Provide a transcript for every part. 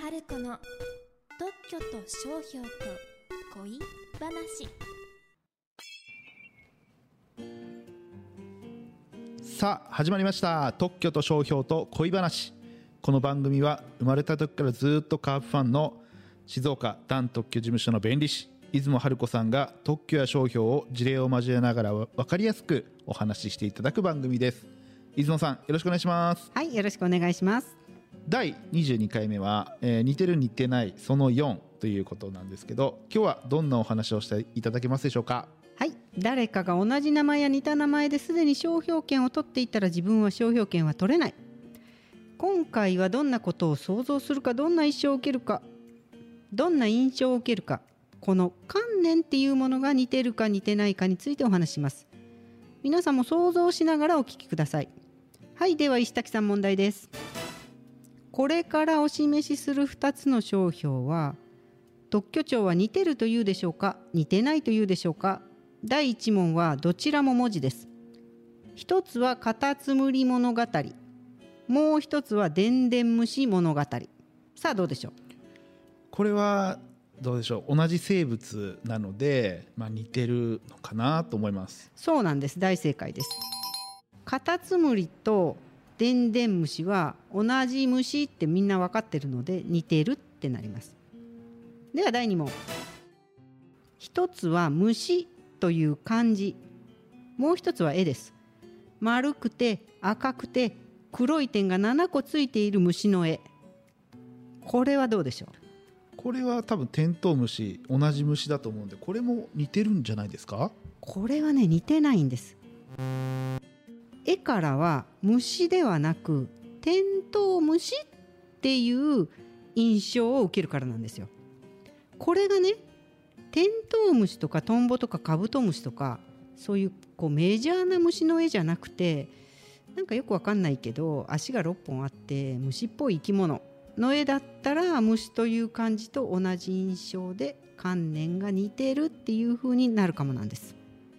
春子の特許と商標と恋話。 さあ始まりました。特許と商標と恋話。この番組は生まれた時からずっとカープファンの静岡ダン特許事務所の弁理士出雲春子さんが特許や商標を事例を交えながら分かりやすくお話ししていただく番組です。出雲さん、よろしくお願いします。 はい、よろしくお願いします。 第22回目は、似てる似てないその4ということなんですけど、今日はどんなお話をしていただけますでしょうか。 はい、誰かが同じ名前や似た名前ですでに商標権を取っていたら自分は商標権は取れない。今回はどんなことを想像するか、どんな印象を受けるか、どんな印象を受けるか、この観念っていうものが似てるか似てないかについてお話します。皆さんも想像しながらお聞きください。はい、では石滝さん、問題です。これからお示しする2つの商標は特許庁は似てるというでしょうか、似てないというでしょうか。第1問はどちらも文字です。一つはカタツムリ物語、もう一つはでんでん虫物語。さあどうでしょう。 これはどうでしょう。同じ生物なので、似てるのかなと思います。 そうなんです。大正解です。カタツムリとでんでん虫は同じ虫ってみんな分かってるので似てるってなります。では第2問。一つは虫という漢字、もう一つは絵です。丸くて赤くて黒い点が7個ついている虫の絵、これはどうでしょう。 これは多分テントウムシ、同じ虫だと思うんで、これも似てるんじゃないですか。 これはね、似てないんです。絵からは虫ではなくテントウムシっていう印象を受けるからなんですよ。これがね、テントウムシとかトンボとかカブトムシとかそういうメジャーな虫の絵じゃなくて、なんかよくわかんないけど足が6本あって虫っぽい生き物の絵だったら、虫という漢字と同じ印象で観念が似てるっていう風になるかもなんです。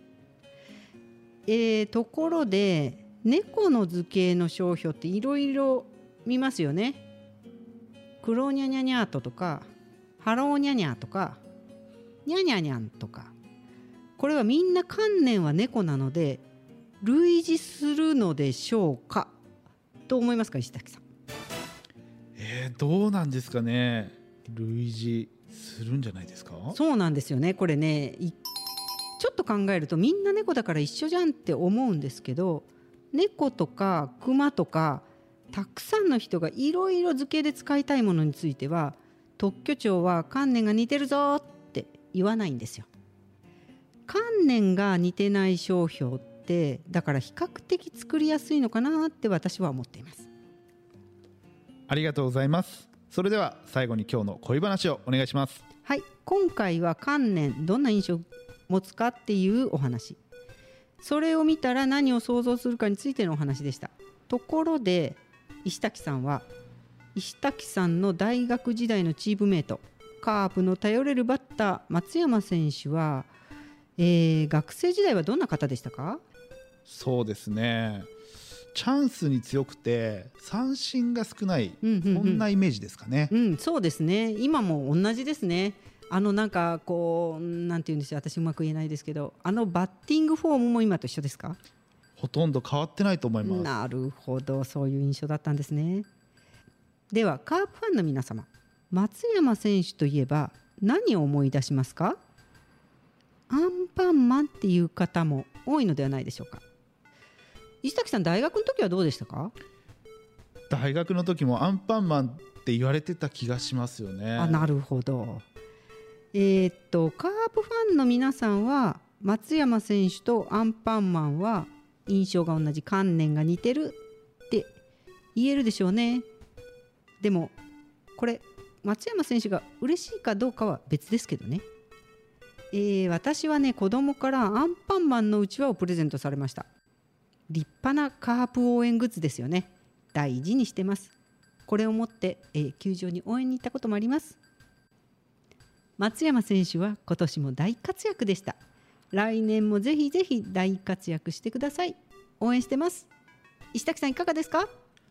ところで猫の図形の商標っていろいろ見ますよね。クロニャニャニャートとかハローニャニャーとかニャニャニャンとか、これはみんな観念は猫なので類似するのでしょうかと思いますか、石滝さん。 どうなんですかね。類似するんじゃないですか。 そうなんですよね。これね、ちょっと考えるとみんな猫だから一緒じゃんって思うんですけど、猫とかクマとかたくさんの人がいろいろ図形で使いたいものについては特許庁は観念が似てるぞって言わないんですよ。観念が似てない商標ってだから比較的作りやすいのかなって私は思っています。 ありがとうございます。それでは最後に今日の恋話をお願いします。 はい、今回は観念、どんな印象を持つかっていうお話、それを見たら何を想像するかについてのお話でした。ところで石滝さんは、石滝さんの大学時代のチームメイト、カープの頼れるバッター松山選手は、学生時代はどんな方でしたか。 そうですね、チャンスに強くて三振が少ない、そんなイメージですかね。 そうですね。今も同じですね。なんかなんて言うんでしょう、私うまく言えないですけど、バッティングフォームも今と一緒ですか。 ほとんど変わってないと思います。 なるほど、そういう印象だったんですね。ではカープファンの皆様、松山選手といえば何を思い出しますか。アンパンマンっていう方も多いのではないでしょうか。石崎さん、大学の時はどうでしたか。 大学の時もアンパンマンって言われてた気がしますよね。 なるほど。カープファンの皆さんは松山選手とアンパンマンは印象が同じ、観念が似てるって言えるでしょうね。でもこれ松山選手が嬉しいかどうかは別ですけどね。私はね、子供からアンパンマンのうちわをプレゼントされました。立派なカープ応援グッズですよね。大事にしてます。これを持って、球場に応援に行ったこともあります。松山選手は今年も大活躍でした。来年もぜひぜひ大活躍してください。応援してます。石滝さん、いかがですか。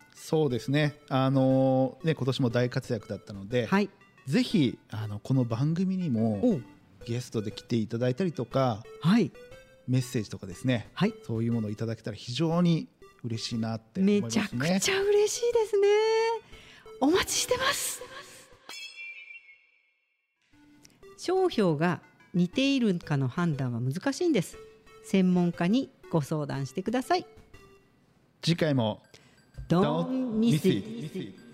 そうですね。今年も大活躍だったので、 はい。 ぜひこの番組にもお、 ゲストで来ていただいたりとか、 はいメッセージとかですね、 はい。 そういうものをいただけたら非常に嬉しいなって思いめますね。 ちゃくちゃ嬉しいですね。お待ちしてます。商標が似ているかの判断は難しいんです。専門家にご相談してください。 次回も Don't miss miss it. it